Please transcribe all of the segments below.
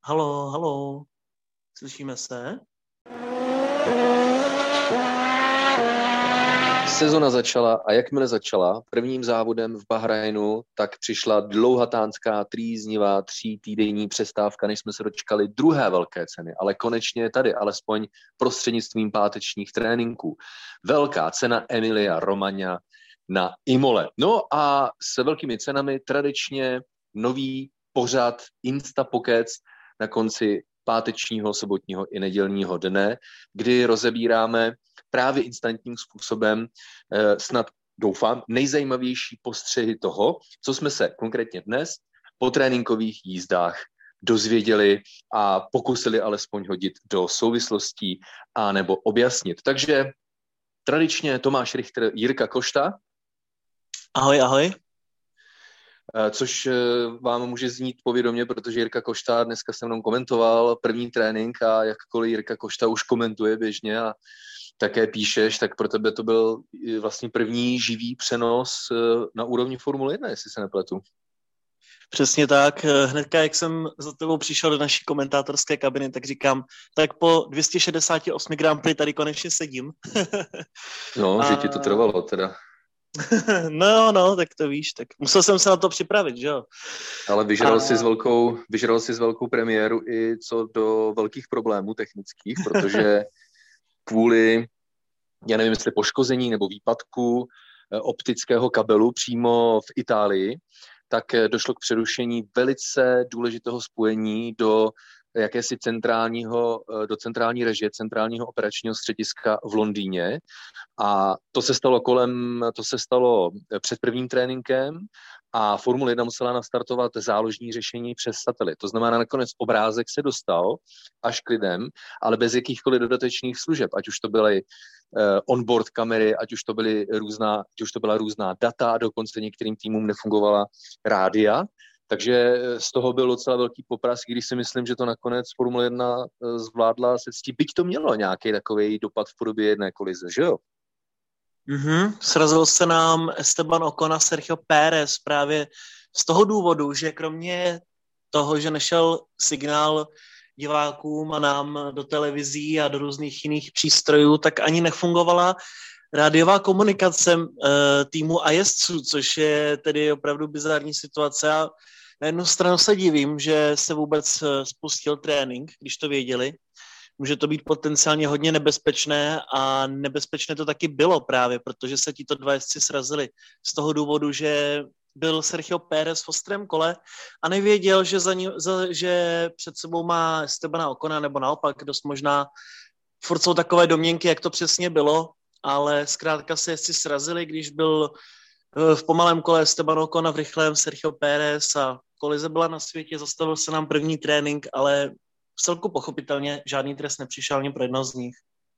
Halo, halo. Slyšíme se? Sezona začala a jakmile začala prvním závodem v Bahrajnu, tak přišla dlouhatánská, trýznivá 3týdenní přestávka, než jsme se dočkali druhé velké ceny, ale konečně je tady, alespoň prostřednictvím pátečních tréninků. Velká cena Emilia Romagna na Imole. No a s velkými cenami tradičně nový pořad Instapockets na konci pátečního, sobotního i nedělního dne, kdy rozebíráme právě instantním způsobem snad doufám nejzajímavější postřehy toho, co jsme se konkrétně dnes po tréninkových jízdách dozvěděli a pokusili alespoň hodit do souvislostí a nebo objasnit. Takže tradičně Tomáš Richter, Jirka Košta. Ahoj, ahoj. Což vám může znít povědomě, protože Jirka Košta dneska se mnou komentoval první trénink a jakkoliv Jirka Košta už komentuje běžně a také píšeš, tak pro tebe to byl vlastně první živý přenos na úrovni Formule 1, jestli se nepletu. Přesně tak. Hnedka, jak jsem za tebou přišel do naší komentátorské kabiny, tak říkám, tak po 268 Grand Prix tady konečně sedím. No, že ti to trvalo teda. No, tak to víš, tak musel jsem se na to připravit, že jo. Ale vyžral si s velkou premiéru i co do velkých problémů technických, protože kvůli, já nevím, jestli poškození nebo výpadku optického kabelu přímo v Itálii, tak došlo k přerušení velice důležitého spojení do jakési centrální režie, centrálního operačního střediska v Londýně. A to se stalo před prvním tréninkem a Formule 1 musela nastartovat záložní řešení přes satelit. To znamená, nakonec obrázek se dostal až k lidem, ale bez jakýchkoliv dodatečných služeb, ať už to byly onboard kamery, ať už to byla různá data, dokonce některým týmům nefungovala rádia. Takže z toho byl docela velký poprask, když si myslím, že to nakonec Formule 1 zvládla se ctí, byť to mělo nějaký takový dopad v podobě jedné kolize, že jo? Srazil se nám Esteban Ocon a Sergio Pérez právě z toho důvodu, že kromě toho, že nešel signál divákům a nám do televizí a do různých jiných přístrojů, tak ani nefungovala rádiová komunikace týmu a jezdců, což je tedy opravdu bizarní situace. A na jednu stranu se divím, že se vůbec spustil trénink, když to věděli. Může to být potenciálně hodně nebezpečné a nebezpečné to taky bylo právě, protože se tito dva jezdci srazili z toho důvodu, že byl Sergio Pérez v ostrém kole a nevěděl, že před sebou má Estebana Ocona, nebo naopak dost možná furt jsou takové domněnky, jak to přesně bylo, ale zkrátka se jezdci srazili, když byl v pomalém kole Esteban Ocon a v rychlém Sergio Pérez a kolize byla na světě, zastavil se nám první trénink, ale vcelku pochopitelně žádný trest nepřišel ani pro jednoho z nich.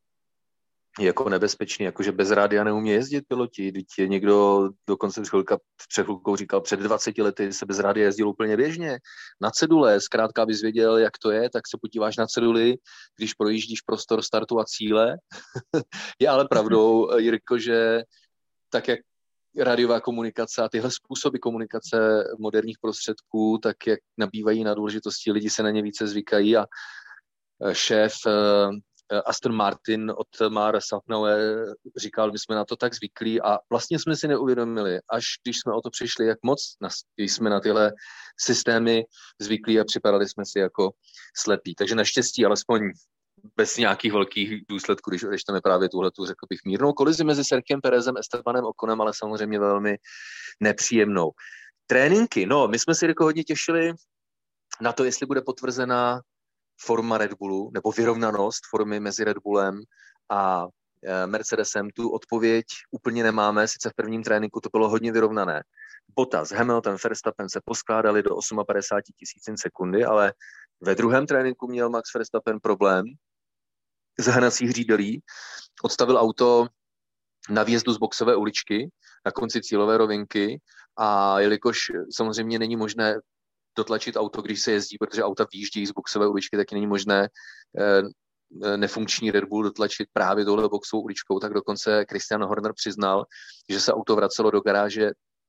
Jako nebezpečný, jakože bez rádia neumí jezdit piloti. Teď je někdo dokonce před chvilkou říkal, před 20 lety se bez rádia jezdil úplně běžně. Na cedule, zkrátka abys věděl, jak to je, tak se podíváš na ceduli, když projíždíš prostor startu a cíle. Je ale pravdou, Jirko, že tak jak rádiová komunikace a tyhle způsoby komunikace moderních prostředků, tak jak nabývají na důležitosti, lidi se na ně více zvykají a šéf Aston Martin od Mar Safnauer říkal, my jsme na to tak zvyklí a vlastně jsme si neuvědomili, až když jsme o to přišli, jak moc jsme na tyhle systémy zvyklí a připadali jsme si jako slepí. Takže naštěstí alespoň bez nějakých velkých důsledků, když odečteme právě tuhletu, řekl bych, mírnou kolizi mezi Sergiem Pérezem a Estebanem Oconem, ale samozřejmě velmi nepříjemnou. Tréninky, my jsme si jako hodně těšili na to, jestli bude potvrzená forma Red Bullu, nebo vyrovnanost formy mezi Red Bullem a Mercedesem. Tu odpověď úplně nemáme, sice v prvním tréninku to bylo hodně vyrovnané. Bottas, Hamilton, Verstappen se poskládali do 58 tisícin sekundy, ale ve druhém tréninku měl Max Verstappen problém z hnacích řídelí, odstavil auto na výjezdu z boxové uličky na konci cílové rovinky a jelikož samozřejmě není možné dotlačit auto, když se jezdí, protože auta výjíždějí z boxové uličky, taky není možné nefunkční Red Bull dotlačit právě touhle boxovou uličkou, tak dokonce Christian Horner přiznal, že se auto vracelo do garáže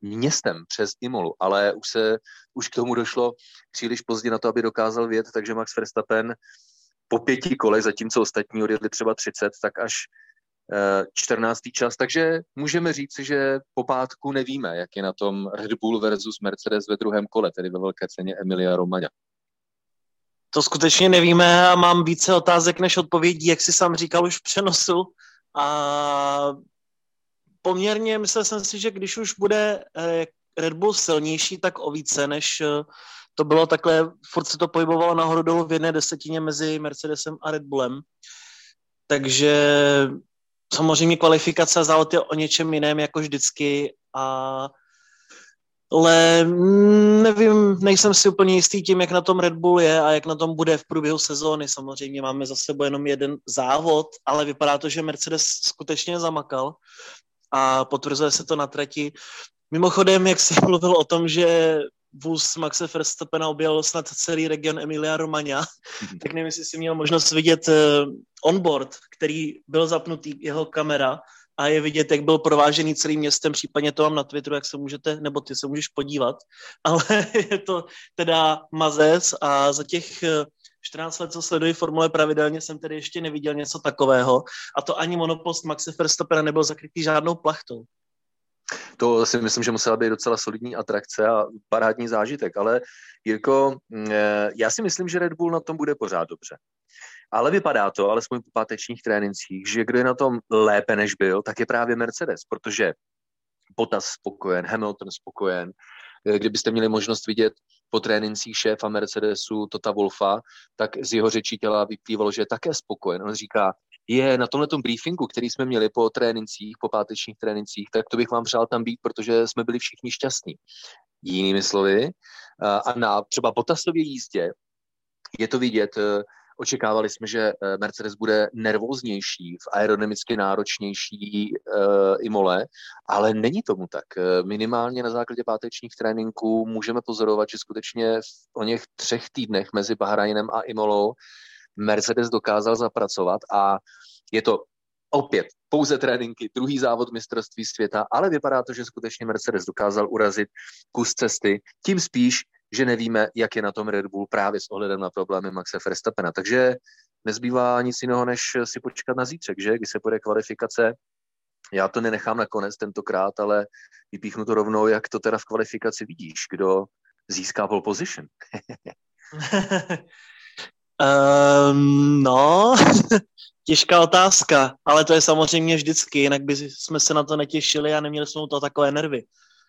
městem přes Imolu, ale už k tomu došlo příliš pozdě na to, aby dokázal vyjet, takže Max Verstappen po 5 kolech, zatímco ostatní odjedli třeba 30, tak až 14. čas, takže můžeme říct, že po pátku nevíme, jak je na tom Red Bull versus Mercedes ve druhém kole, tedy ve velké ceně Emilia Romagna. To skutečně nevíme a mám více otázek než odpovědí, jak jsi sám říkal už v přenosu. A poměrně myslel jsem si, že když už bude Red Bull silnější, tak o více, než to bylo takhle, furt se to pohybovalo nahoru dolů v 1/10 mezi Mercedesem a Red Bullem. Takže samozřejmě kvalifikace a závod je o něčem jiném, jako vždycky, ale nevím, nejsem si úplně jistý tím, jak na tom Red Bull je a jak na tom bude v průběhu sezóny. Samozřejmě máme za sebou jenom jeden závod, ale vypadá to, že Mercedes skutečně zamakal a potvrzuje se to na trati. Mimochodem, jak jsi mluvil o tom, že vůz Maxe Verstappena objel snad celý region Emilia Romagna, tak nevím, jestli jsi měl možnost vidět onboard, který byl zapnutý, jeho kamera, a je vidět, jak byl provážený celým městem, případně to mám na Twitteru, jak se můžete, nebo ty se můžeš podívat, ale je to teda mazec a za těch 14 let, co sleduji Formule pravidelně, jsem tedy ještě neviděl něco takového a to ani monopost Maxe Verstappena nebyl zakrytý žádnou plachtou. To si myslím, že musela být docela solidní atrakce a parádní zážitek, ale Jirko, já si myslím, že Red Bull na tom bude pořád dobře. Ale vypadá to, alespoň po pátečních trénincích, že kdo je na tom lépe než byl, tak je právě Mercedes, protože Bottas spokojen, Hamilton spokojen. Kdybyste měli možnost vidět po trénincích šéfa Mercedesu Tota Wolffa, tak z jeho řečí těla vyplývalo, že je také spokojen. On říká, na tomhletom briefingu, který jsme měli po trénincích, po pátečních trénincích, tak to bych vám přál tam být, protože jsme byli všichni šťastní. Jinými slovy, a na třeba Bottasově jízdě je to vidět. Očekávali jsme, že Mercedes bude nervóznější, v aerodynamicky náročnější Imole, ale není tomu tak. Minimálně na základě pátečních tréninků můžeme pozorovat, že skutečně o něch 3 týdnech mezi Bahrajnem a Imolou Mercedes dokázal zapracovat a je to opět pouze tréninky, druhý závod mistrovství světa, ale vypadá to, že skutečně Mercedes dokázal urazit kus cesty, tím spíš, že nevíme, jak je na tom Red Bull právě s ohledem na problémy Maxe Verstappena. Takže nezbývá nic jiného, než si počkat na zítřek, že? Když se půjde kvalifikace. Já to nenechám nakonec tentokrát, ale vypíchnu to rovnou, jak to teda v kvalifikaci vidíš. Kdo získá pole position? No, těžká otázka, ale to je samozřejmě vždycky, jinak by jsme se na to netěšili a neměli jsme u toho takové nervy.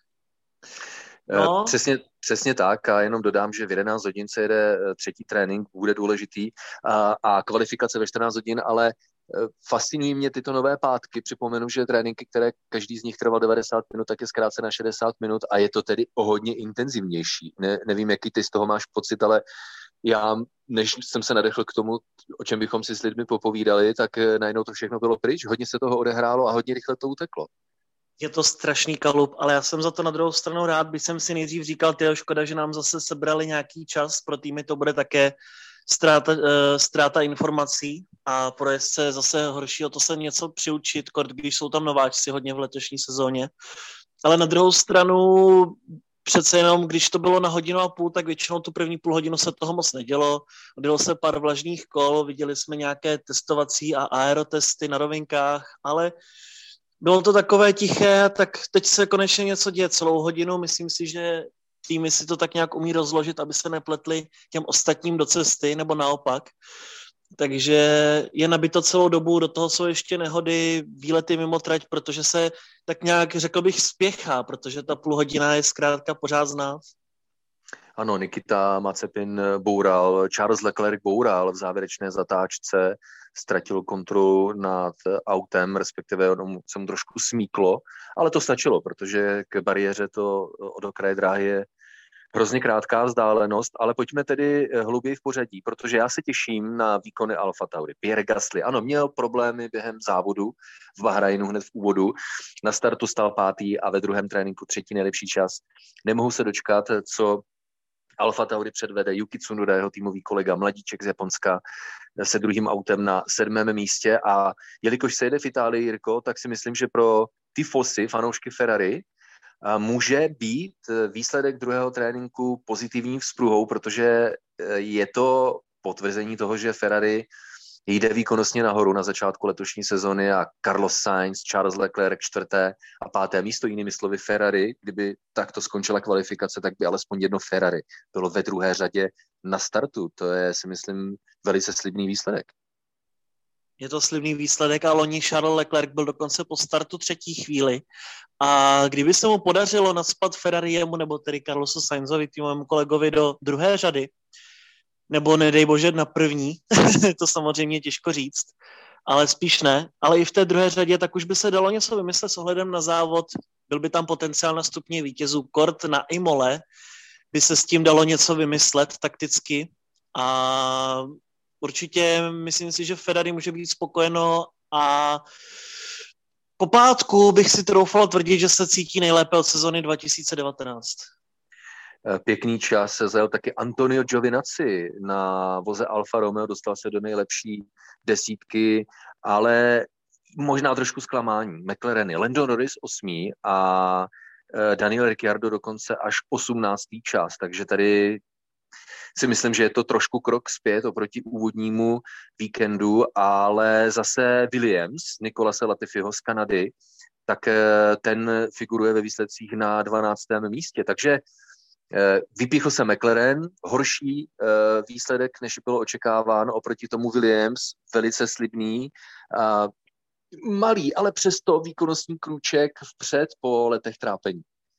No. Přesně tak a jenom dodám, že v 11 hodin se jede 3. trénink, bude důležitý a kvalifikace ve 14 hodin, ale fascinují mě tyto nové pátky. Připomenu, že tréninky, které každý z nich trval 90 minut, tak je zkrácen na 60 minut a je to tedy o hodně intenzivnější. Nevím, jaký ty z toho máš pocit, ale já, než jsem se nadechl k tomu, o čem bychom si s lidmi popovídali, tak najednou to všechno bylo pryč, hodně se toho odehrálo a hodně rychle to uteklo. Je to strašný kalup, ale já jsem za to na druhou stranu rád, byť jsem si nejdřív říkal, škoda, že nám zase sebrali nějaký čas, pro týmy to bude také ztráta informací a pro jezdce zase horší o to se něco přiučit, když jsou tam nováčci hodně v letošní sezóně. Ale na druhou stranu přece jenom, když to bylo na 1,5 hodiny, tak většinou tu první půl hodinu se toho moc nedělo. Odjelo se pár vlažných kol, viděli jsme nějaké testovací a aerotesty na rovinkách, ale bylo to takové tiché, tak teď se konečně něco děje celou hodinu. Myslím si, že týmy si to tak nějak umí rozložit, aby se nepletli těm ostatním do cesty, nebo naopak. Takže je nabito celou dobu, do toho jsou ještě nehody, výlety mimo trať, protože se tak nějak, řekl bych, spěchá, protože ta půl hodina je zkrátka pořád z nás. Ano, Nikita Mazepin boural, Charles Leclerc boural v závěrečné zatáčce, ztratil kontrolu nad autem, respektive se mu trošku smíklo, ale to stačilo, protože k bariéře to od okraje dráhy je hrozně krátká vzdálenost, ale pojďme tedy hlouběji v pořadí, protože já se těším na výkony AlphaTauri. Pierre Gasly, ano, měl problémy během závodu v Bahrajnu hned v úvodu. Na startu stal 5. a ve druhém tréninku 3. nejlepší čas. Nemohu se dočkat, co AlphaTauri předvede Yuki Tsunoda, jeho týmový kolega, mladíček z Japonska, se druhým autem na 7. místě a jelikož se jede v Itálii, Jirko, tak si myslím, že pro tifosi, fanoušky Ferrari, může být výsledek druhého tréninku pozitivní vzpruhou, protože je to potvrzení toho, že Ferrari jde výkonnostně nahoru na začátku letošní sezony a Carlos Sainz, Charles Leclerc 4. a 5. místo, jinými slovy Ferrari, kdyby takto skončila kvalifikace, tak by alespoň jedno Ferrari bylo ve druhé řadě na startu. To je, si myslím, velice slibný výsledek. Je to slibný výsledek a loni Charles Leclerc byl dokonce po startu 3. chvíli. A kdyby se mu podařilo nacpat Ferrariemu nebo tedy Carlosu Sainzovi, týmovému kolegovi do druhé řady, nebo nedej bože na první, to samozřejmě těžko říct, ale spíš ne, ale i v té druhé řadě, tak už by se dalo něco vymyslet s ohledem na závod, byl by tam potenciál na stupně vítězů, kort na Imole, by se s tím dalo něco vymyslet takticky a určitě myslím si, že Ferrari může být spokojeno a po pátku bych si troufal tvrdit, že se cítí nejlépe od sezony 2019. Pěkný čas se zajel taky Antonio Giovinazzi na voze Alfa Romeo, dostal se do nejlepší desítky, ale možná trošku zklamání. McLareny, Lando Norris 8. a Daniel Ricciardo dokonce až 18. čas, takže tady si myslím, že je to trošku krok zpět oproti úvodnímu víkendu, ale zase Williams, Nicolase Latifiho z Kanady, tak ten figuruje ve výsledcích na 12. místě, takže vypíchl se McLaren, horší výsledek, než bylo očekáváno, oproti tomu Williams, velice slibný, malý, ale přesto výkonnostní krůček vpřed po letech trápení.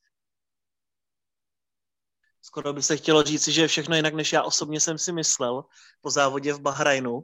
Skoro by se chtělo říci, že je všechno jinak, než já osobně jsem si myslel po závodě v Bahrajnu,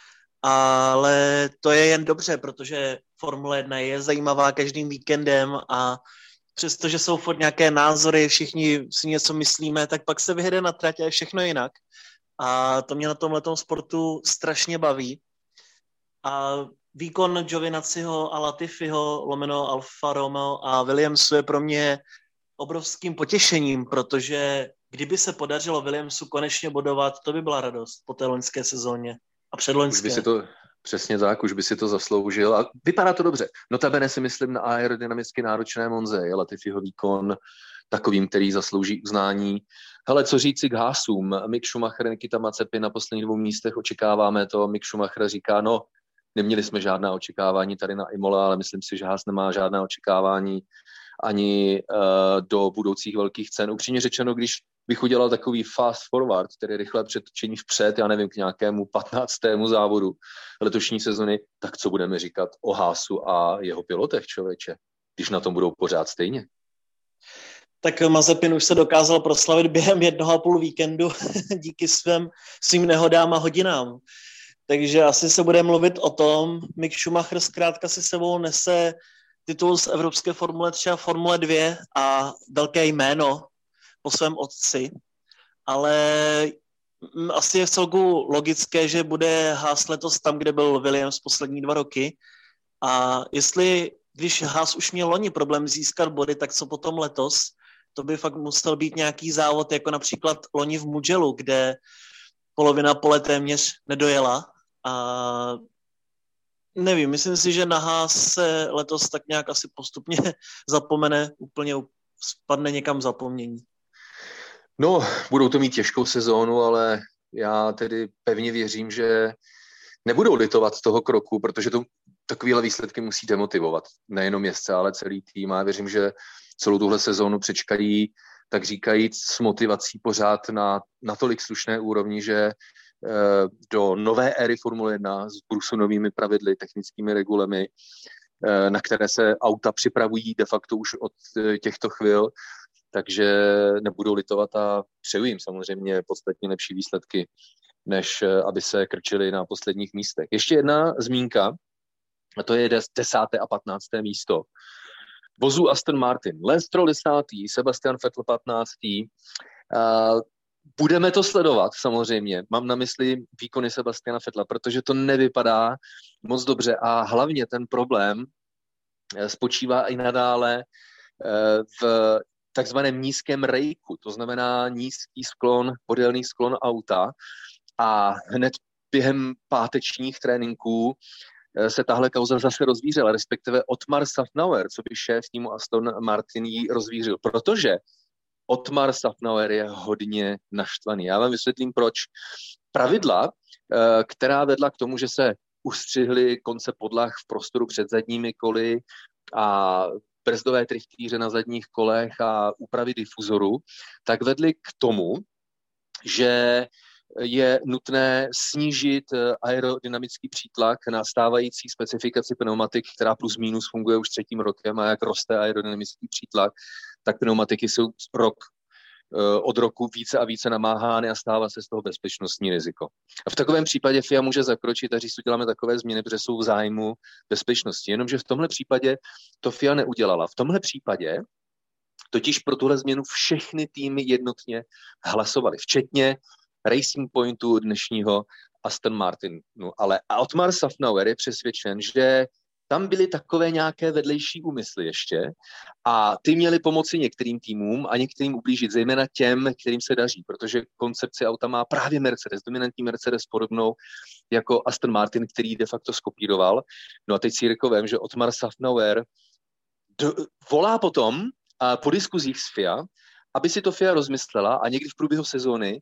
ale to je jen dobře, protože Formule 1 je zajímavá každým víkendem a přestože jsou furt nějaké názory, všichni si něco myslíme, tak pak se vyjede na trať a je všechno jinak. A to mě na tomhletom sportu strašně baví. A výkon Giovinazziho a Latifiho, lomeno Alfa Romeo a Williamsu je pro mě obrovským potěšením, protože kdyby se podařilo Williamsu konečně bodovat, to by byla radost po té loňské sezóně a předloňské. Přesně tak, už by si to zasloužil a vypadá to dobře. Notabene si myslím na aerodynamicky náročné Monze je Latifiho výkon takovým, který zaslouží uznání. Hele, co říci k Haasům? Mick Schumacher, Nikita Mazepin na posledních 2 místech, očekáváme to. Mick Schumacher říká, no, neměli jsme žádná očekávání tady na Imola, ale myslím si, že Haas nemá žádná očekávání ani do budoucích velkých cen. Upřímně řečeno, když bych udělal takový fast forward, tedy rychlé přetočení vpřed, já nevím, k nějakému 15. závodu letošní sezony, tak co budeme říkat o Haasu a jeho pilotech, člověče, když na tom budou pořád stejně? Tak Mazepin už se dokázal proslavit během 1,5 víkendu díky svým nehodám a hodinám. Takže asi se bude mluvit o tom. Mick Schumacher zkrátka si sebou nese titul z Evropské Formule 3 a Formule 2 a velké jméno po svém otci, ale asi je v celku logické, že bude Haas letos tam, kde byl Williams poslední 2 roky a když Haas už měl loni problém získat body, tak co potom letos? To by fakt musel být nějaký závod, jako například loni v Mugellu, kde polovina pole téměř nedojela a nevím, myslím si, že na Haas se letos tak nějak asi postupně zapomene, úplně spadne někam zapomnění. No, budou to mít těžkou sezónu, ale já tedy pevně věřím, že nebudou litovat toho kroku, protože takovéhle výsledky musí demotivovat. Nejenom jezdce, ale celý tým. A věřím, že celou tuhle sezónu přečkají, tak říkajíc, s motivací pořád na natolik slušné úrovni, že do nové éry Formule 1 s Brusonovými pravidly, technickými regulemi, na které se auta připravují de facto už od těchto chvil, takže nebudou litovat a přeju jim samozřejmě podstatně lepší výsledky, než aby se krčili na posledních místech. Ještě jedna zmínka, a to je 10. a 15. místo. Vozů Aston Martin. Lance Stroll 10., Sebastian Vettel 15. Budeme to sledovat samozřejmě. Mám na mysli výkony Sebastiana Vettela, protože to nevypadá moc dobře a hlavně ten problém spočívá i nadále v takzvaném nízkém rejku, to znamená nízký sklon, podélný sklon auta a hned během pátečních tréninků se tahle kauza zase rozvířila, respektive Otmar Szafnauer, co by šéf týmu Aston Martin jí rozvířil, protože Otmar Szafnauer je hodně naštvaný. Já vám vysvětlím, proč. Pravidla, která vedla k tomu, že se ustřihly konce podlah v prostoru před zadními koly a brzdové trichtýře na zadních kolech a úpravy difuzoru, tak vedly k tomu, že je nutné snížit aerodynamický přítlak na stávající specifikaci pneumatik, která plus minus funguje už 3. rokem, a jak roste aerodynamický přítlak, tak pneumatiky jsou od roku více a více namáhány a stává se z toho bezpečnostní riziko. A v takovém případě FIA může zakročit a říct, uděláme takové změny, protože jsou v zájmu bezpečnosti. Jenomže v tomhle případě to FIA neudělala. V tomhle případě totiž pro tuhle změnu všechny týmy jednotně hlasovali, včetně Racing Pointu dnešního Aston Martinu. Ale Otmar Szafnauer je přesvědčen, že tam byly takové nějaké vedlejší úmysly ještě a ty měly pomoci některým týmům a některým ublížit, zejména těm, kterým se daří, protože koncepci auta má právě Mercedes, dominantní Mercedes podobnou jako Aston Martin, který de facto skopíroval. No a teď si řekovém, že Otmar Szafnauer volá potom a po diskuzích s FIA, aby si to FIA rozmyslela a někdy v průběhu sezóny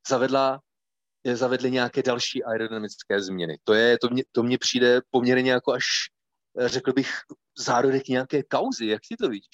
zavedly nějaké další aerodynamické změny. To mně přijde poměrně jako až, řekl bych, zárodek nějaké kauzy. Jak ty to vidíš?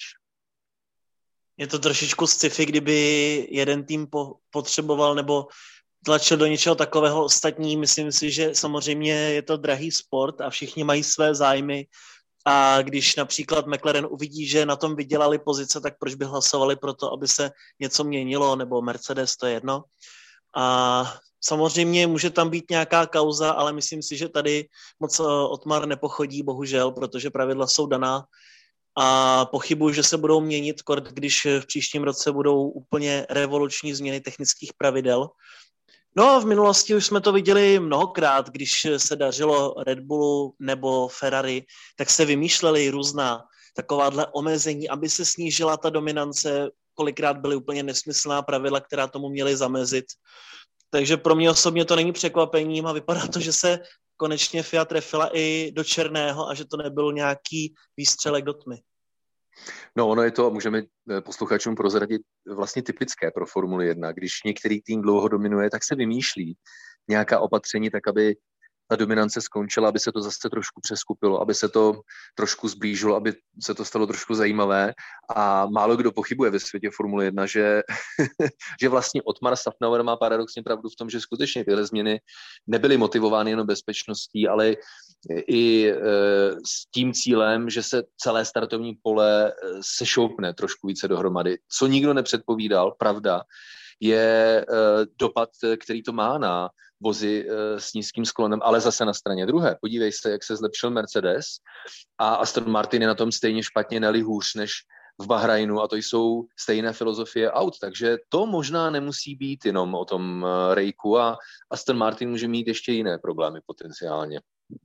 Je to trošičku sci-fi, kdyby jeden tým potřeboval nebo tlačil do něčeho takového ostatní. Myslím si, že samozřejmě je to drahý sport a všichni mají své zájmy. A když například McLaren uvidí, že na tom vydělali pozice, tak proč by hlasovali pro to, aby se něco měnilo, nebo Mercedes, to je jedno. A samozřejmě může tam být nějaká kauza, ale myslím si, že tady moc Otmar nepochodí, bohužel, protože pravidla jsou daná a pochybuji, že se budou měnit, když v příštím roce budou úplně revoluční změny technických pravidel. No a v minulosti už jsme to viděli mnohokrát, když se dařilo Red Bullu nebo Ferrari, tak se vymýšlely různá takováhle omezení, aby se snížila ta dominance. Kolikrát byly úplně nesmyslná pravidla, která tomu měly zamezit. Takže pro mě osobně to není překvapením a vypadá to, že se konečně FIA trefila i do černého a že to nebyl nějaký výstřelek do tmy. No ono je to, můžeme posluchačům prozradit, vlastně typické pro Formuli 1. Když některý tým dlouho dominuje, tak se vymýšlí nějaká opatření, tak aby ta dominance skončila, aby se to zase trošku přeskupilo, aby se to trošku zblížilo, aby se to stalo trošku zajímavé. A málo kdo pochybuje ve světě Formule 1, že, že vlastně Otmar Szafnauer má paradoxně pravdu v tom, že skutečně tyhle změny nebyly motivovány jenom bezpečností, ale i s tím cílem, že se celé startovní pole sešoupne trošku více dohromady. Co nikdo nepředpovídal, pravda, je dopad, který to má na vozy s nízkým sklonem, ale zase na straně druhé. Podívej se, jak se zlepšil Mercedes a Aston Martin je na tom stejně špatně, ne-li hůř než v Bahrajnu a to jsou stejné filozofie aut, takže to možná nemusí být jenom o tom rejku a Aston Martin může mít ještě jiné problémy potenciálně.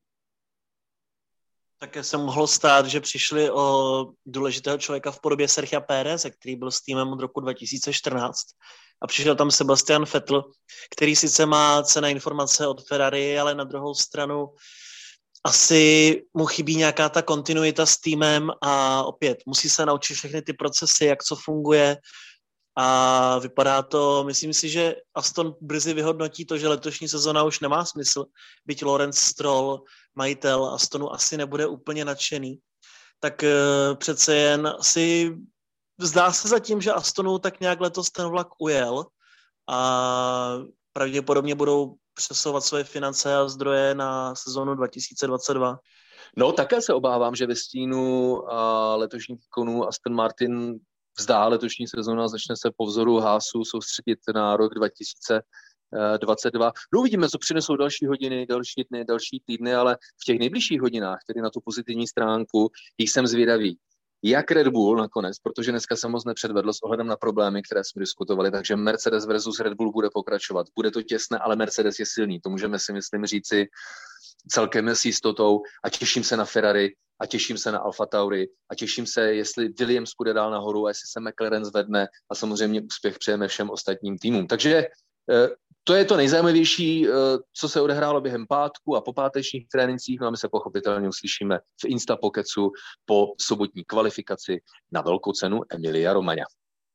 Také se mohlo stát, že přišli o důležitého člověka v podobě Sergia Péreze, který byl s týmem od roku 2014 a přišel tam Sebastian Vettel, který sice má cenné informace od Ferrari, ale na druhou stranu asi mu chybí nějaká ta kontinuita s týmem a opět musí se naučit všechny ty procesy, jak co funguje a vypadá to, myslím si, že Aston brzy vyhodnotí to, že letošní sezona už nemá smysl, byť Lawrence Stroll, majitel Astonu, asi nebude úplně nadšený, tak přece jen si zdá se zatím, že Astonu tak nějak letos ten vlak ujel a pravděpodobně budou přesouvat svoje finance a zdroje na sezonu 2022. No také se obávám, že ve stínu letošních výkonů Aston Martin vzdá letošní sezóna, začne se po vzoru Haasu soustředit na rok 2022. No uvidíme, co přinesou další hodiny, další dny, další týdny, ale v těch nejbližších hodinách, tedy na tu pozitivní stránku, jsem zvědavý. Jak Red Bull nakonec, protože dneska se moc nepředvedl s ohledem na problémy, které jsme diskutovali, takže Mercedes versus Red Bull bude pokračovat. Bude to těsné, ale Mercedes je silný, to můžeme si myslím říci celkem s jistotou a těším se na Ferrari a těším se na Alfa Tauri a těším se, jestli Williams půjde dál nahoru a jestli se McLaren zvedne a samozřejmě úspěch přejeme všem ostatním týmům. Takže To je to nejzajímavější, co se odehrálo během pátku a po pátečních trénincích. No a my se pochopitelně uslyšíme v Instapokecu po sobotní kvalifikaci na velkou cenu Emilia Romagna.